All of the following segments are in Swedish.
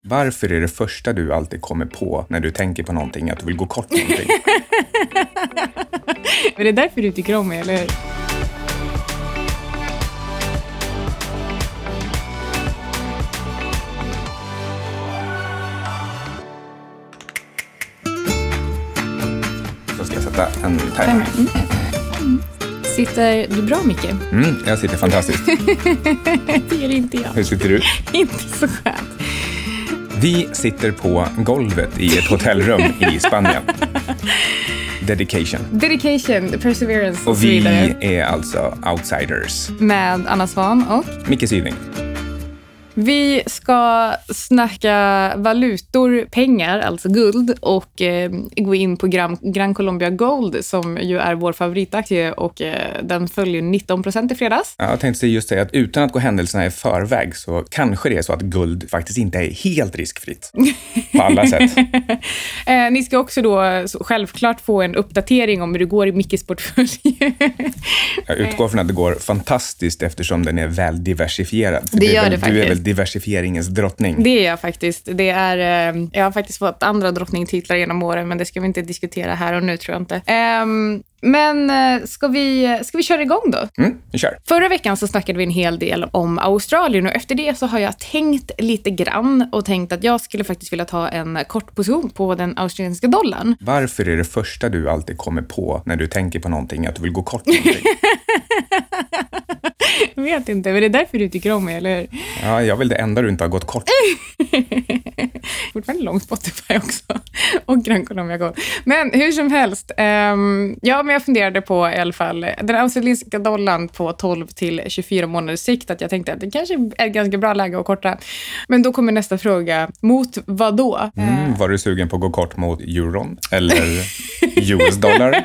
Varför är det första du alltid kommer på när du tänker på någonting att du vill gå kort någonting? Är det därför du tycker om mig, eller hur? Så ska jag sätta en timer. Sitter du bra, Micke? Jag sitter fantastiskt. Det gör inte jag. Hur sitter du? Inte så skönt. Vi sitter på golvet i ett hotellrum i Spanien. Dedication, perseverance och så vidare. vi är alltså outsiders. Med Anna Svan och Micke Syding. vi ska snacka valutor, pengar, alltså guld, och gå in på Gran Colombia Gold som ju är vår favoritaktie, och den följer 19% i fredags. Ja, jag tänkte säga just det, att utan att gå händelserna i förväg så kanske det är så att guld faktiskt inte är helt riskfritt på alla sätt. Ni ska också då självklart få en uppdatering om hur det går i Mickes portfölj. Jag utgår från att det går fantastiskt eftersom den är väl diversifierad. Det gör det Du faktiskt. är väl diversifieringens drottning? Det är jag faktiskt. Det är, jag har faktiskt fått andra drottningtitlar genom åren, men det ska vi inte diskutera här och nu, tror jag inte. Men ska vi köra igång då? Vi kör. Förra veckan så snackade vi en hel del om Australien, och efter det så har jag tänkt lite grann och tänkt att jag skulle faktiskt vilja ta en kort position på den australiensiska dollarn. Varför är det första du alltid kommer på när du tänker på någonting att du vill gå kort någonting? Jag vet inte, men det är därför du tycker om mig, eller hur? Ja, jag vill det enda du inte har gått kort. Fortfarande långt Spotify också. Och Gran Colombia Gold. Men hur som helst. Men jag funderade på i alla fall den australiensiska dollarn på 12 till 24 månaders sikt. Att jag tänkte att det kanske är ett ganska bra läge att korta. Men då kommer nästa fråga. Mot vad då? Var du sugen på att gå kort mot euron? Eller US-dollar?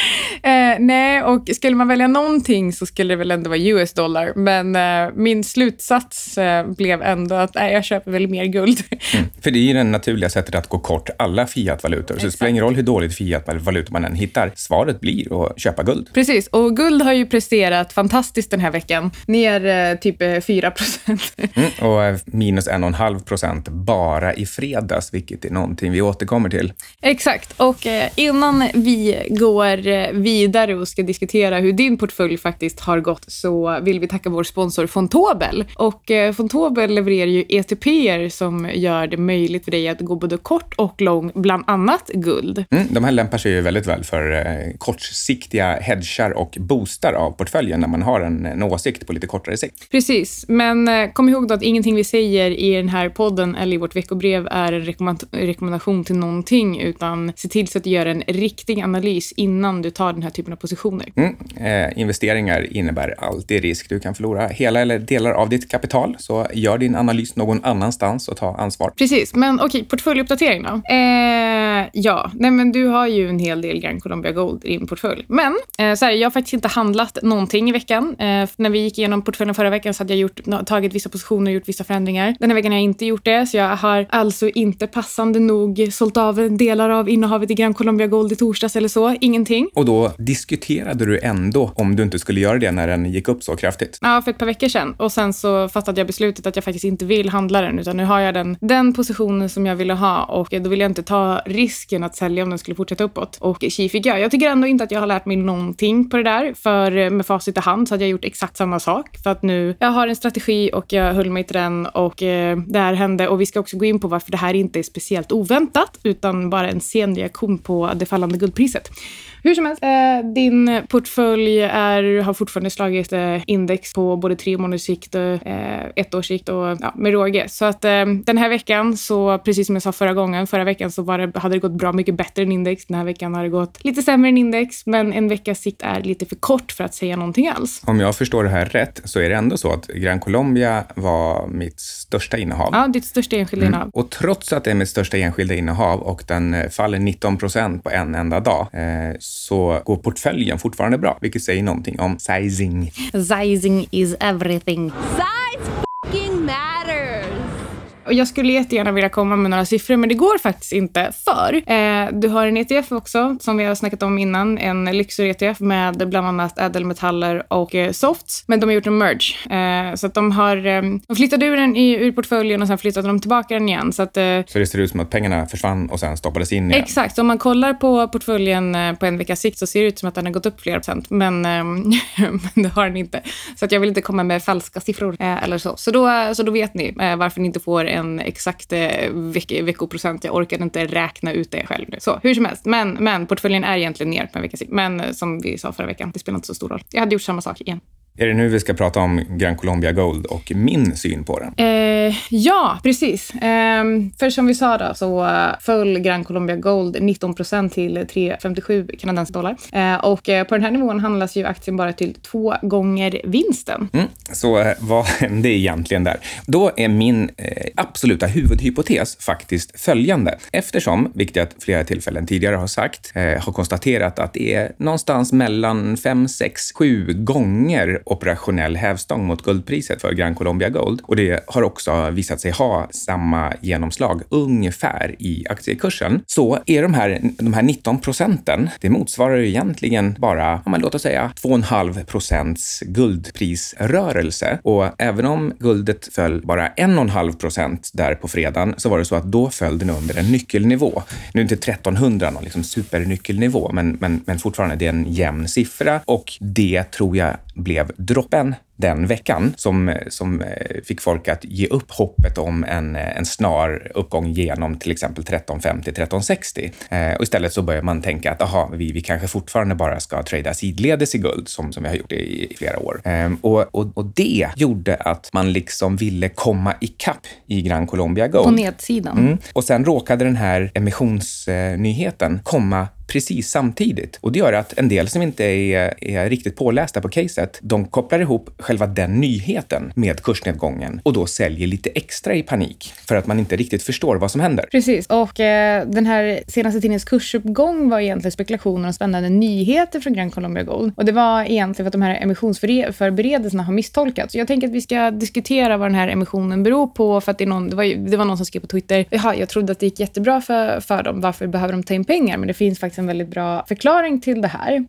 Nej, och skulle man välja någonting så skulle det väl ändå vara US-dollar. Men min slutsats blev ändå att jag köper väl mer guld. För det är ju det naturliga sättet att gå kort alla fiatvalutor. Så det spelar ingen roll hur dåligt fiatvalutor man än hittar. Svaret blir att köpa guld. Precis, och guld har ju presterat fantastiskt den här veckan. Ner typ 4%. Och minus 1,5% bara i fredags, vilket är någonting vi återkommer till. Exakt, och innan vi går vidare och ska diskutera hur din portfölj faktiskt har gått, så vill vi tacka vår sponsor Fontobel. Och Fontobel levererar ju ETP:er som gör det möjligt för dig att gå både kort och lång, bland annat guld. De här lämpar sig ju väldigt väl för kortsiktiga hedgar och boostar av portföljen när man har en åsikt på lite kortare sikt. Precis, men kom ihåg då att ingenting vi säger i den här podden eller i vårt veckobrev är en rekommendation till någonting, utan se till så att du gör en riktig analys innan du tar den här typen av positioner. Investeringar innebär alltid risk. Du kan förlora hela eller delar av ditt kapital, så gör din analys någon annanstans och ta ansvar. Precis, men okej, portföljuppdatering då. Men du har ju en hel del Gran Colombia Gold i din portfölj. Men så här, jag har faktiskt inte handlat någonting i veckan. När vi gick igenom portföljen förra veckan så hade jag tagit vissa positioner och gjort vissa förändringar. Den här veckan har jag inte gjort det, så jag har alltså inte passande nog sålt av delar av innehavet i Gran Colombia Gold i torsdags eller så. Ingenting. Och då diskuterade du ändå om du inte skulle göra det när den gick upp så kraftigt. Ja, för ett par veckor sedan. Och sen så fattade jag beslutet att jag faktiskt inte vill handla den, utan nu har jag den positionen som jag ville ha, och då vill jag inte ta risken att sälja om den skulle fortsätta uppåt. Och fick jag. Jag tycker ändå inte att jag har lärt mig någonting på det där, för med facit i hand så hade jag gjort exakt samma sak. För att nu, jag har en strategi och jag höll mig till den, och det här hände. Och vi ska också gå in på varför det här inte är speciellt oväntat, utan bara en sen reaktion på det fallande guldpriset. Hur som helst, din portfölj har fortfarande slagit index på både 3 månaders sikt och 1 års sikt, och med råge. Så att den här veckan, så precis som jag sa förra veckan så hade det gått bra mycket bättre än index. Den här veckan har det gått lite sämre än index, men en veckas sikt är lite för kort för att säga någonting alls. Om jag förstår det här rätt så är det ändå så att Gran Colombia var mitt största innehav. Ja, ditt största enskilda innehav. Och trots att det är mitt största enskilda innehav och den faller 19% på en enda dag, så går portföljen fortfarande bra, vilket säger någonting om sizing. Sizing is everything. Size fucking matters. Och jag skulle jättegärna vilja komma med några siffror, men det går faktiskt inte. För du har en ETF också, som vi har snackat om innan, en lyxor-ETF med bland annat ädelmetaller och softs. Men de har gjort en merge. Så att de flyttade ur den ur portföljen och sen flyttade de tillbaka den igen. Så det ser ut som att pengarna försvann och sen stoppades in igen? Exakt. Så om man kollar på portföljen på en veckas sikt så ser det ut som att den har gått upp flera procent. Men det har den inte. Så att jag vill inte komma med falska siffror eller så. Så då vet ni varför ni inte får en exakt veckoprocent. Jag orkade inte räkna ut det själv nu. Så hur som helst. Men portföljen är egentligen ner på en veckas sikt. Men som vi sa förra veckan, det spelar inte så stor roll. Jag hade gjort samma sak igen. Är det nu vi ska prata om Gran Colombia Gold och min syn på den? Ja, precis. För som vi sa då så föll Gran Colombia Gold 19% till 3,57 kanadensiska dollar. Och på den här nivån handlas ju aktien bara till 2 gånger vinsten. Så vad hände egentligen där? Då är min absoluta huvudhypotes faktiskt följande. Eftersom, vilket jag flera tillfällen tidigare har sagt, har konstaterat att det är någonstans mellan 5, 6, 7 gånger operationell hävstång mot guldpriset för Gran Colombia Gold. Och det har också visat sig ha samma genomslag ungefär i aktiekursen. Så är de här 19%, det motsvarar ju egentligen bara, om man låter säga, 2,5% guldprisrörelse. Och även om guldet föll bara 1,5% där på fredagen, så var det så att då föll den under en nyckelnivå. Nu är inte 1300 någon liksom supernyckelnivå, men fortfarande det är en jämn siffra. Och det tror jag blev droppen den veckan som fick folk att ge upp hoppet om en snar uppgång genom till exempel 1350-1360. Och istället så börjar man tänka att vi kanske fortfarande bara ska trada sidledes i guld som vi har gjort i flera år. Och det gjorde att man liksom ville komma ikapp i Gran Colombia Gold. På nedsidan. Och sen råkade den här emissionsnyheten komma precis samtidigt. Och det gör att en del som inte är riktigt pålästa på caset, de kopplar ihop själva den nyheten med kursnedgången och då säljer lite extra i panik för att man inte riktigt förstår vad som händer. Precis, och den här senaste tidens kursuppgång var egentligen spekulationer och spännande nyheter från Gran Colombia Gold. Och det var egentligen för att de här emissionsförberedelserna har misstolkats. Så jag tänker att vi ska diskutera vad den här emissionen beror på, för att det var någon som skrev på Twitter, jag trodde att det gick jättebra för dem, varför behöver de ta in pengar? Men det finns faktiskt en väldigt bra förklaring till det här.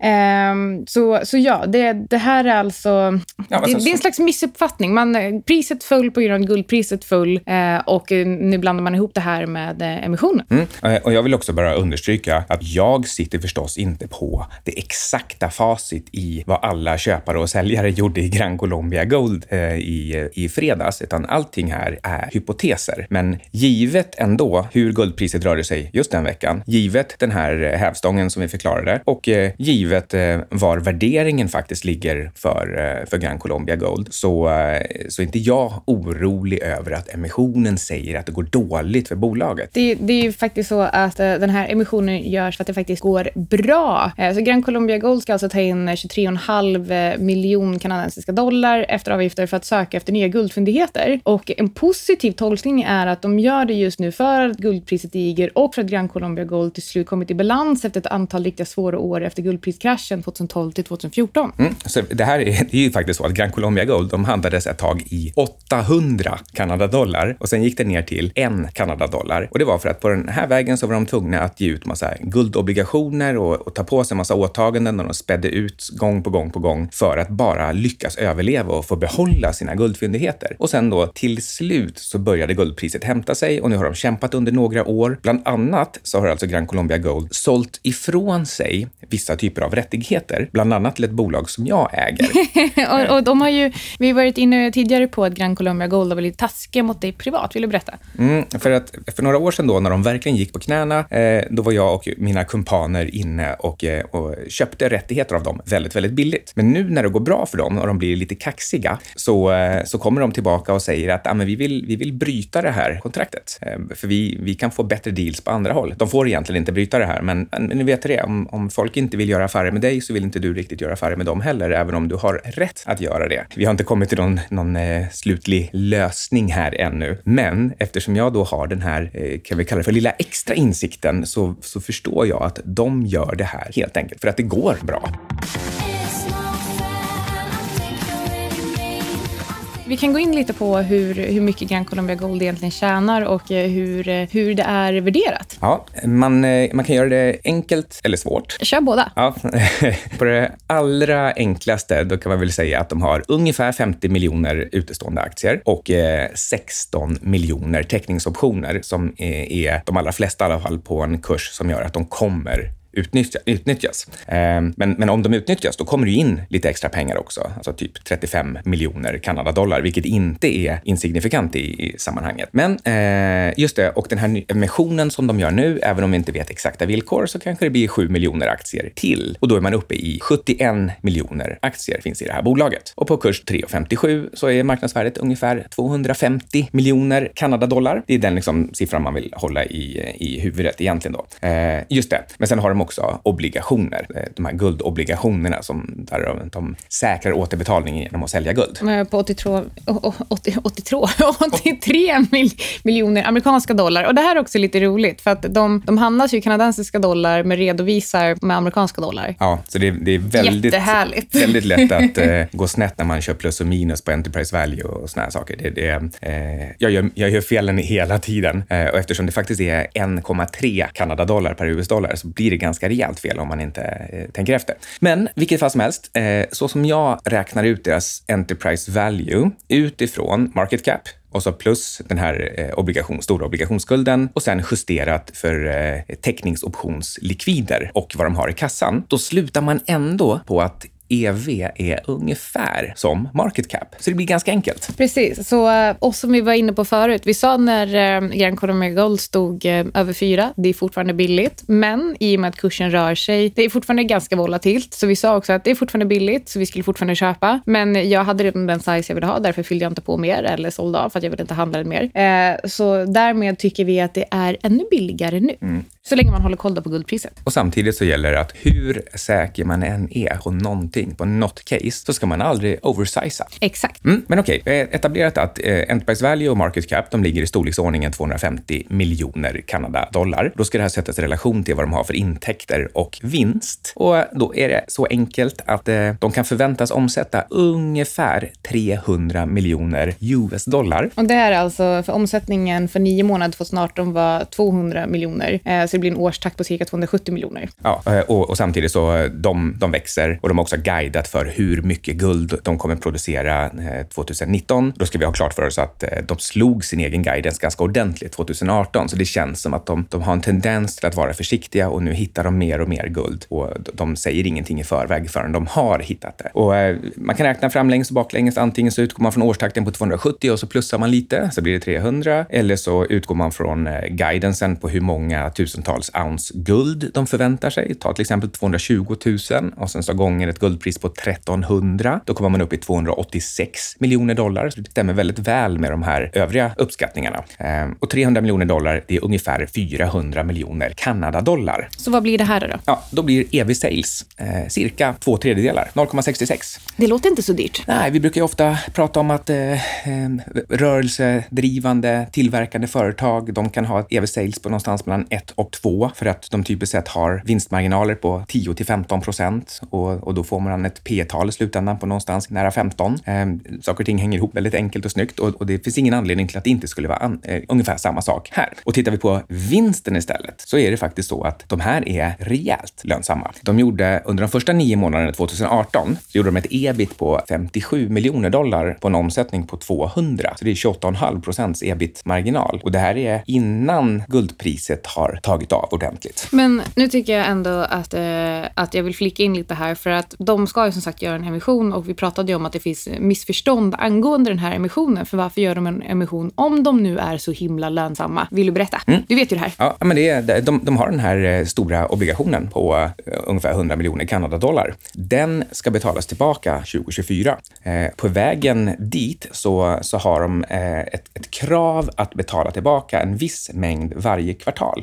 Så ja, det här är alltså det är en slags missuppfattning. Priset föll på grund av guldpriset föll och nu blandar man ihop det här med emissionen. Och jag vill också bara understryka att jag sitter förstås inte på det exakta facit i vad alla köpare och säljare gjorde i Gran Colombia Gold i fredags, utan allting här är hypoteser. Men givet ändå hur guldpriset rörde sig just den veckan, givet den här hävstången som vi förklarade och givet var värderingen faktiskt ligger för Gran Colombia Gold, så är inte jag orolig över att emissionen säger att det går dåligt för bolaget. Det är ju faktiskt så att den här emissionen görs för att det faktiskt går bra. Så Gran Colombia Gold ska alltså ta in 23,5 miljoner kanadensiska dollar efter avgifter för att söka efter nya guldfyndigheter. Och en positiv tolkning är att de gör det just nu för att guldpriset stiger och för att Gran Colombia Gold till slut kommit i balans efter ett antal riktigt svåra år efter guldpriskraschen 2012 till 2014. Så det är ju faktiskt så att Gran Colombia Gold, de handlades ett tag i 800 kanadadollar och sen gick det ner till 1 kanadadollar. Och det var för att på den här vägen så var de tvungna att ge ut massa guldobligationer och ta på sig massa åtaganden, och de spädde ut gång på gång för att bara lyckas överleva och få behålla sina guldfyndigheter. Och sen då till slut så började guldpriset hämta sig och nu har de kämpat under några år. Bland annat så har alltså Gran Colombia Gold sålt ifrån sig vissa typer av rättigheter, bland annat till ett bolag som jag äger. och de har ju, vi har varit inne tidigare på att Gran Colombia Gold var lite taskiga mot dig privat, vill du berätta? För några år sedan då, när de verkligen gick på knäna, då var jag och mina kumpaner inne och köpte rättigheter av dem väldigt, väldigt billigt. Men nu när det går bra för dem och de blir lite kaxiga så kommer de tillbaka och säger att men vi vill bryta det här kontraktet. För vi kan få bättre deals på andra håll. De får egentligen inte bryta det här, men ni vet det, om folk inte vill göra affärer med dig så vill inte du riktigt göra affärer med dem heller, även om du har rätt att göra det. Vi har inte kommit till någon slutlig lösning här ännu, men eftersom jag då har den här, kan vi kalla det för lilla extra insikten, så förstår jag att de gör det här helt enkelt för att det går bra. Vi kan gå in lite på hur mycket Gran Colombia Gold egentligen tjänar och hur det är värderat. Ja, man kan göra det enkelt eller svårt. Kör båda. Ja, på det allra enklaste då kan man väl säga att de har ungefär 50 miljoner utestående aktier och 16 miljoner teckningsoptioner som är de allra flesta i alla fall på en kurs som gör att de kommer utnyttjas. Men om de utnyttjas då kommer det in lite extra pengar också. Alltså typ 35 miljoner Kanadadollar, vilket inte är insignifikant i sammanhanget. Men just det, och den här emissionen som de gör nu, även om vi inte vet exakta villkor, så kanske det blir 7 miljoner aktier till. Och då är man uppe i 71 miljoner aktier finns i det här bolaget. Och på kurs 3,57 så är marknadsvärdet ungefär 250 miljoner Kanadadollar. Det är den liksom siffran man vill hålla i huvudet egentligen då. Just det. Men sen har de också obligationer. De här guldobligationerna där de säkrar återbetalning genom att sälja guld. På 83 miljoner amerikanska dollar. Och det här är också lite roligt för att de handlas ju i kanadensiska dollar men redovisar med amerikanska dollar. Ja, så det är väldigt lätt att gå snett när man kör plus och minus på Enterprise Value och såna här saker. Jag gör felen hela tiden och eftersom det faktiskt är 1,3 Kanadadollar per US-dollar så blir det ganska rejält fel om man inte tänker efter. Men vilket fall som helst, så som jag räknar ut deras Enterprise Value utifrån market cap och så plus den här stora obligationsskulden och sen justerat för teckningsoptionslikvider och vad de har i kassan, då slutar man ändå på att EV är ungefär som market cap. Så det blir ganska enkelt. Precis. Så, och som vi var inne på förut, vi sa när Gran Colombia Gold stod över 4, det är fortfarande billigt. Men i och med att kursen rör sig, det är fortfarande ganska volatilt. Så vi sa också att det är fortfarande billigt, så vi skulle fortfarande köpa. Men jag hade redan den size jag ville ha, därför fyllde jag inte på mer eller sålde av för att jag ville inte handla mer. Så därmed tycker vi att det är ännu billigare nu. Så länge man håller koll på guldpriset. Och samtidigt så gäller det att hur säker man än är på någonting, på något case, så ska man aldrig oversiza. Exakt. Men okej, etablerat att Enterprise Value och Market Cap, de ligger i storleksordningen 250 miljoner Kanadadollar. Då ska det här sättas i relation till vad de har för intäkter och vinst. Och då är det så enkelt att de kan förväntas omsätta ungefär 300 miljoner US-dollar. Och det är alltså för omsättningen för 9 månader 2018 var 200 miljoner. Så det blir en årstakt på cirka 270 miljoner. Ja, och samtidigt så de växer och de har också guidat för hur mycket guld de kommer producera 2019. Då ska vi ha klart för oss att de slog sin egen guidance ganska ordentligt 2018. Så det känns som att de har en tendens till att vara försiktiga och nu hittar de mer och mer guld. Och de säger ingenting i förväg förrän de har hittat det. Och man kan räkna framlänges och baklänges. Antingen så utgår man från årstakten på 270 och så plussar man lite så blir det 300. Eller så utgår man från guidancen på hur många tusentals ounce guld de förväntar sig. Ta till exempel 220 000 och sen så gånger ett guldpris på 1300. Då kommer man upp i 286 miljoner dollar. Så det stämmer väldigt väl med de här övriga uppskattningarna. Och 300 miljoner dollar, det är ungefär 400 miljoner Kanadadollar. Så vad blir det här då? Ja, då blir EV-sales cirka 2/3, 0,66. Det låter inte så dyrt. Nej, vi brukar ju ofta prata om att rörelsedrivande, tillverkande företag, de kan ha ett EV-sales på någonstans mellan 1 och 2 för att de typiskt sett har vinstmarginaler på 10-15% och då får man ett P-tal i slutändan på någonstans nära 15. Saker och ting hänger ihop väldigt enkelt och snyggt och det finns ingen anledning till att det inte skulle vara ungefär samma sak här. Och tittar vi på vinsten istället så är det faktiskt så att de här är rejält lönsamma. De gjorde under de första 9 månaderna 2018 så gjorde de ett ebit på 57 miljoner dollar på en omsättning på 200. Så det är 28,5% ebit-marginal. Och det här är innan guldpriset har tagit av ordentligt. Men nu tycker jag ändå att jag vill flika in lite här för att de ska ju som sagt göra en emission och vi pratade ju om att det finns missförstånd angående den här emissionen. För varför gör de en emission om de nu är så himla lönsamma? Vill du berätta? Du vet ju det här. Ja, men de har den här stora obligationen på ungefär 100 miljoner Kanadadollar. Den ska betalas tillbaka 2024. På vägen dit så har de ett krav att betala tillbaka en viss mängd varje kvartal. Så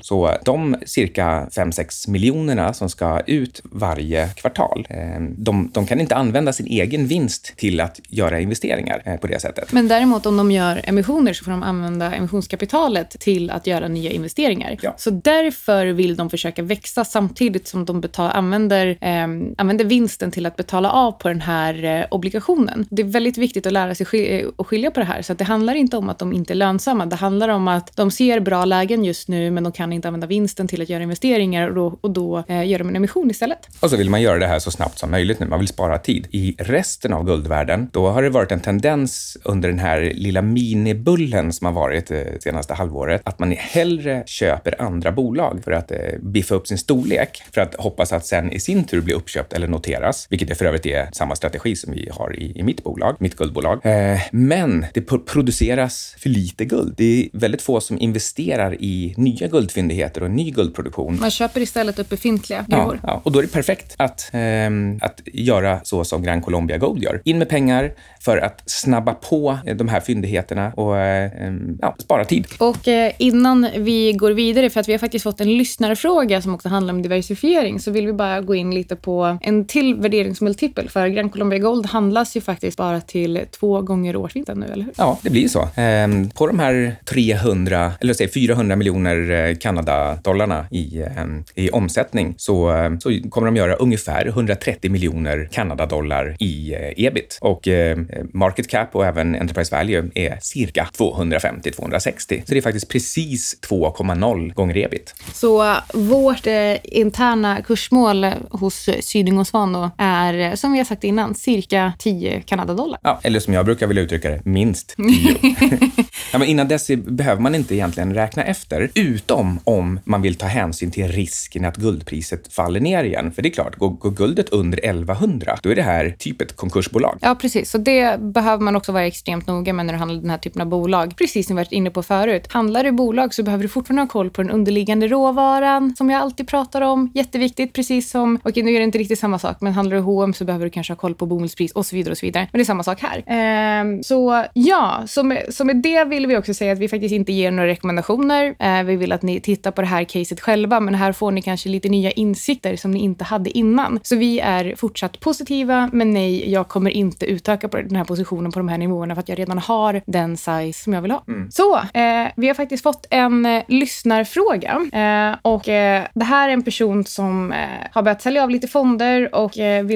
de cirka 5-6 miljonerna som ska ut varje kvartal, de kan inte använda sin egen vinst till att göra investeringar på det sättet. Men däremot om de gör emissioner så får de använda emissionskapitalet till att göra nya investeringar. Ja. Så därför vill de försöka växa samtidigt som de använder vinsten till att betala av på den här obligationen. Det är väldigt viktigt att lära sig att skilja på det här. Så att det handlar inte om att de inte är lönsamma. Det handlar om att de ser bra lägen just nu men de kan inte använda vinsten till att göra investeringar och då gör de en emission istället. Och så vill man göra det här så snabbt som möjligt nu. Man vill spara tid. I resten av guldvärlden, då har det varit en tendens under den här lilla minibullen som har varit det senaste halvåret, att man hellre köper andra bolag för att biffa upp sin storlek, för att hoppas att sen i sin tur bli uppköpt eller noteras, vilket för övrigt är samma strategi som vi har i mitt bolag, mitt guldbolag. Men det produceras för lite guld. Det är väldigt få som investerar i nya guldfyndigheter och ny guldproduktion. Man köper istället upp befintliga gruvor. Ja, och då är det perfekt att göra så som Gran Colombia Gold gör. In med pengar för att snabba på de här fyndigheterna och spara tid. Och innan vi går vidare, för att vi har faktiskt fått en lyssnarfråga som också handlar om diversifiering, så vill vi bara gå in lite på en till värderingsmultipel. För Gran Colombia Gold handlas ju faktiskt bara till 2 gånger årsvinsten nu, eller hur? Ja, det blir så. På de här 400 miljoner Kanadadollarna i omsättning så kommer de göra ungefär 130 miljoner Kanadadollar i ebit. Och market cap och även enterprise value är cirka 250-260. Så det är faktiskt precis 2,0 gånger ebit. Så vårt interna kursmål hos Syding och Svan då är, som vi har sagt innan, cirka 10 Kanadadollar. Ja, eller som jag brukar vilja uttrycka det, minst 10. Ja, men innan dess behöver man inte egentligen räkna efter, utom om man vill ta hänsyn till risken att guldpriset faller ner igen. För det är klart, går guldet under 1100, då är det här typ ett konkursbolag. Ja, precis. Så det behöver man också vara extremt noga med när du handlar den här typen av bolag. Precis som vi varit inne på förut. Handlar du bolag så behöver du fortfarande ha koll på den underliggande råvaran, som jag alltid pratar om. Jätteviktigt, precis som, okej, nu är det inte riktigt samma sak, men handlar du H&M så behöver du kanske ha koll på bomullspris och så vidare och så vidare. Men det är samma sak här. Så ja, så med det vill vi också säga att vi faktiskt inte ger några rekommendationer. Vi vill att ni tittar på det här caset själva, men här får ni kanske lite nya insikter som ni inte hade innan. Så vi är fortsatt positiva, men nej, jag kommer inte utöka på den här positionen på de här nivåerna för att jag redan har den size som jag vill ha. Så, vi har faktiskt fått en lyssnarfråga och det här är en person som har börjat sälja av lite fonder och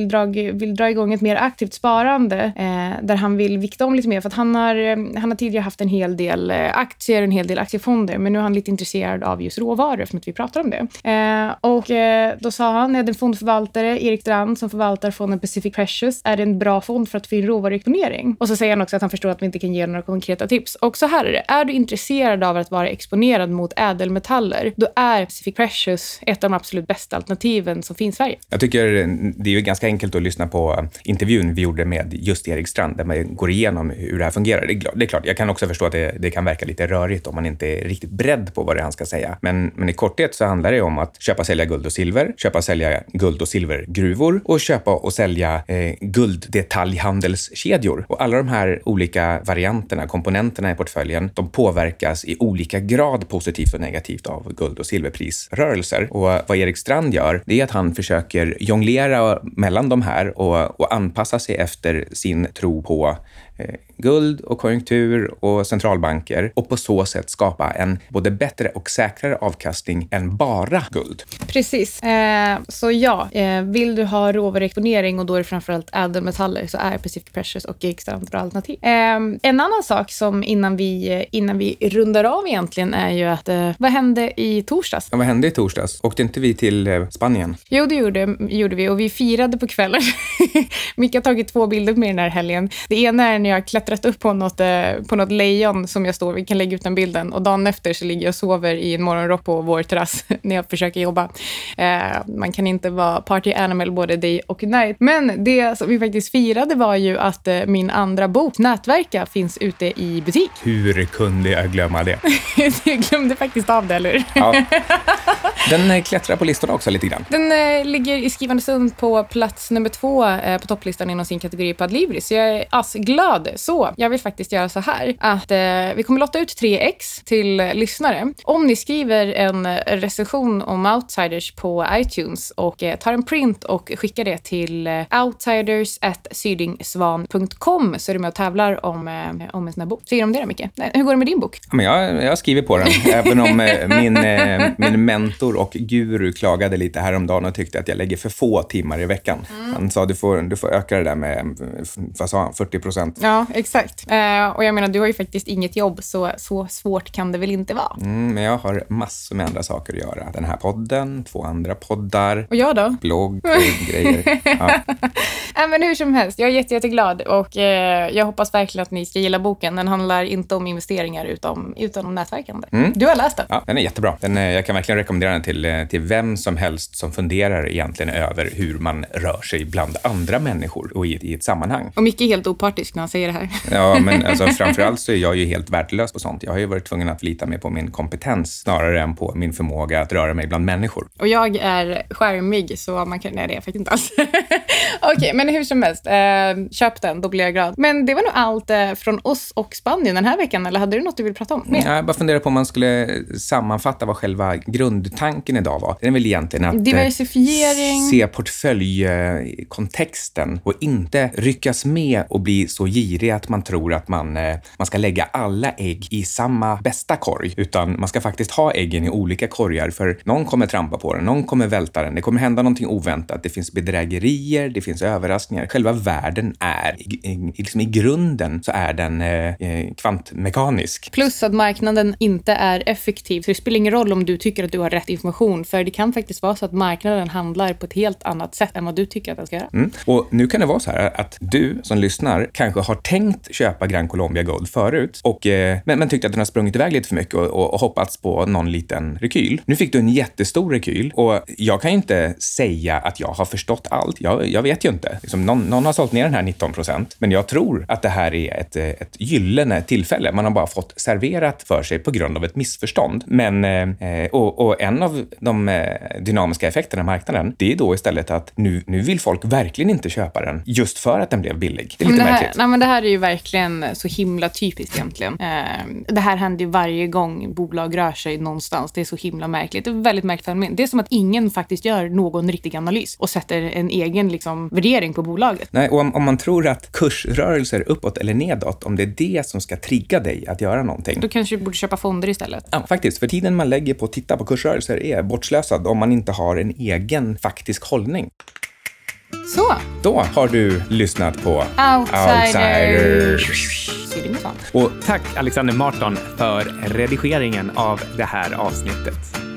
vill dra igång ett mer aktivt sparande där han vill vikta om lite mer, för att han har tidigare haft en hel del aktier, en hel del aktiefonder, men nu är han lite intresserad av just råvaror eftersom att vi pratar om det. Och då sa han att en fondförvaltare, Erik Strand, som förvaltar fonden Pacific Precious, är en bra fond för att få in råvaruexponering. Och så säger han också att han förstår att vi inte kan ge några konkreta tips. Och så här är det. Är du intresserad av att vara exponerad mot ädelmetaller, då är Pacific Precious ett av de absolut bästa alternativen som finns i Sverige. Jag tycker det är ju ganska enkelt att lyssna på intervjun vi gjorde med just Erik Strand, där man går igenom hur det här fungerar. Det är klart, jag kan också förstå att det kan verka lite rörigt om man inte är riktigt beredd på vad det är han ska säga. Men i korthet så handlar det om att köpa och sälja guld och silver, köpa och sälja guld och silvergruvor och köpa och sälja gulddetaljhandelskedjor. Och alla de här olika varianterna, komponenterna i portföljen, de påverkas i olika grad positivt och negativt av guld- och silverprisrörelser. Och vad Erik Strand gör, det är att han försöker jonglera mellan de här och anpassa sig efter sin tro på guld och konjunktur och centralbanker, och på så sätt skapa en både bättre och säkrare avkastning än bara guld. Precis. Så ja, vill du ha råvaruexponering och då är det framförallt ädelmetaller, så är Pacific Precious och extra bra alternativ. En annan sak som innan vi rundar av egentligen är ju att vad hände i torsdags? Ja, vad hände i torsdags? Åkte inte vi till Spanien? Jo, det gjorde vi, och vi firade på kvällen. Micke har tagit 2 bilder med den här helgen. Det ena är när jag klättrat upp på något lejon som jag står, vi kan lägga ut den bilden, och dagen efter så ligger jag och sover i en morgonrock på vår terrass när jag försöker jobba. Man kan inte vara party animal både day och night. Men det som vi faktiskt firade var ju att min andra bok, Nätverka, finns ute i butik. Hur kunde jag glömma det? Jag glömde faktiskt av det, eller? Ja. Den klättrar på listorna också lite grann. Den ligger i skrivande stund på plats nummer 2 på topplistan inom sin kategori på Adlibris. Så jag är glad. Så jag vill faktiskt göra så här att vi kommer lotta ut 3x till lyssnare. Om ni skriver en recension om Outsiders på iTunes och tar en print och skickar det till outsiders@sydingsvan.com så är du med och tävlar om en sån här bok. Säger de det, Micke? Hur går det med din bok? Men jag skriver på den, även om min mentor och guru klagade lite häromdagen och tyckte att jag lägger för få timmar i veckan. Han sa du får öka det där med, vad sa han, 40%. Ja, exakt. Och jag menar, du har ju faktiskt inget jobb, så svårt kan det väl inte vara. Men jag har massor med andra saker att göra. Den här podden, 2 andra poddar. Och jag då? Blogg och grejer. Ja. Men hur som helst, jag är jätteglad och jag hoppas verkligen att ni ska gilla boken. Den handlar inte om investeringar utan om nätverkande. Du har läst den. Ja, den är jättebra. Jag kan verkligen rekommendera den till vem som helst som funderar egentligen över hur man rör sig bland andra människor och i ett sammanhang. Och Micke är helt opartisk när han säger det här. Ja, men alltså, framförallt så är jag ju helt värdelös på sånt. Jag har ju varit tvungen att lita mer på min kompetens snarare än på min förmåga att röra mig bland människor. Och jag är skärmig, så man kan... Nej, det är faktiskt inte alls. Okej, men hur som helst. Köp den, då blir jag glad. Men det var nog allt från oss och Spanien den här veckan. Eller hade du något du vill prata om? Jag bara funderar på om man skulle sammanfatta vad själva grundtanken idag var. Det är väl egentligen att diversifiering, se portföljkontexten och inte ryckas med och bli så girig att man tror att man ska lägga alla ägg i samma bästa korg, utan man ska faktiskt ha äggen i olika korgar, för någon kommer trampa på den, någon kommer välta den, det kommer hända någonting oväntat, det finns bedrägerier, det finns överraskningar. Själva världen är liksom i grunden så är den kvantmekanisk. Plus att marknaden inte är effektiv, så det spelar ingen roll om du tycker att du har rätt information, för det kan faktiskt vara så att marknaden handlar på ett helt annat sätt än vad du tycker att den ska göra. Och nu kan det vara så här att du som lyssnar kanske har tänkt köpa Gran Colombia Gold förut och, men tyckte att den har sprungit iväg lite för mycket och hoppats på någon liten rekyl. Nu fick du en jättestor rekyl och jag kan ju inte säga att jag har förstått allt. Jag vet ju inte. Liksom, någon har sålt ner den här 19%, men jag tror att det här är ett gyllene tillfälle. Man har bara fått serverat för sig på grund av ett missförstånd. Men, och en av de dynamiska effekterna av marknaden, det är då istället att nu vill folk verkligen inte köpa den just för att den blev billig. Det är lite märkligt. Nej, men det här är ju verkligen så himla typiskt egentligen. Det här händer ju varje gång bolag rör sig någonstans. Det är så himla märkligt. Det är väldigt märkligt fenomen. Det är som att ingen faktiskt gör någon riktig analys och sätter en egen liksom värdering på bolaget. Nej, och om man tror att kursrörelser uppåt eller nedåt, om det är det som ska trigga dig att göra någonting, då kanske du borde köpa fonder istället. Ja, faktiskt. För tiden man lägger på att titta på kursrörelser är bortslösad om man inte har en egen faktisk hållning. Så. Då har du lyssnat på Outsiders. Och tack Alexander Marton för redigeringen av det här avsnittet.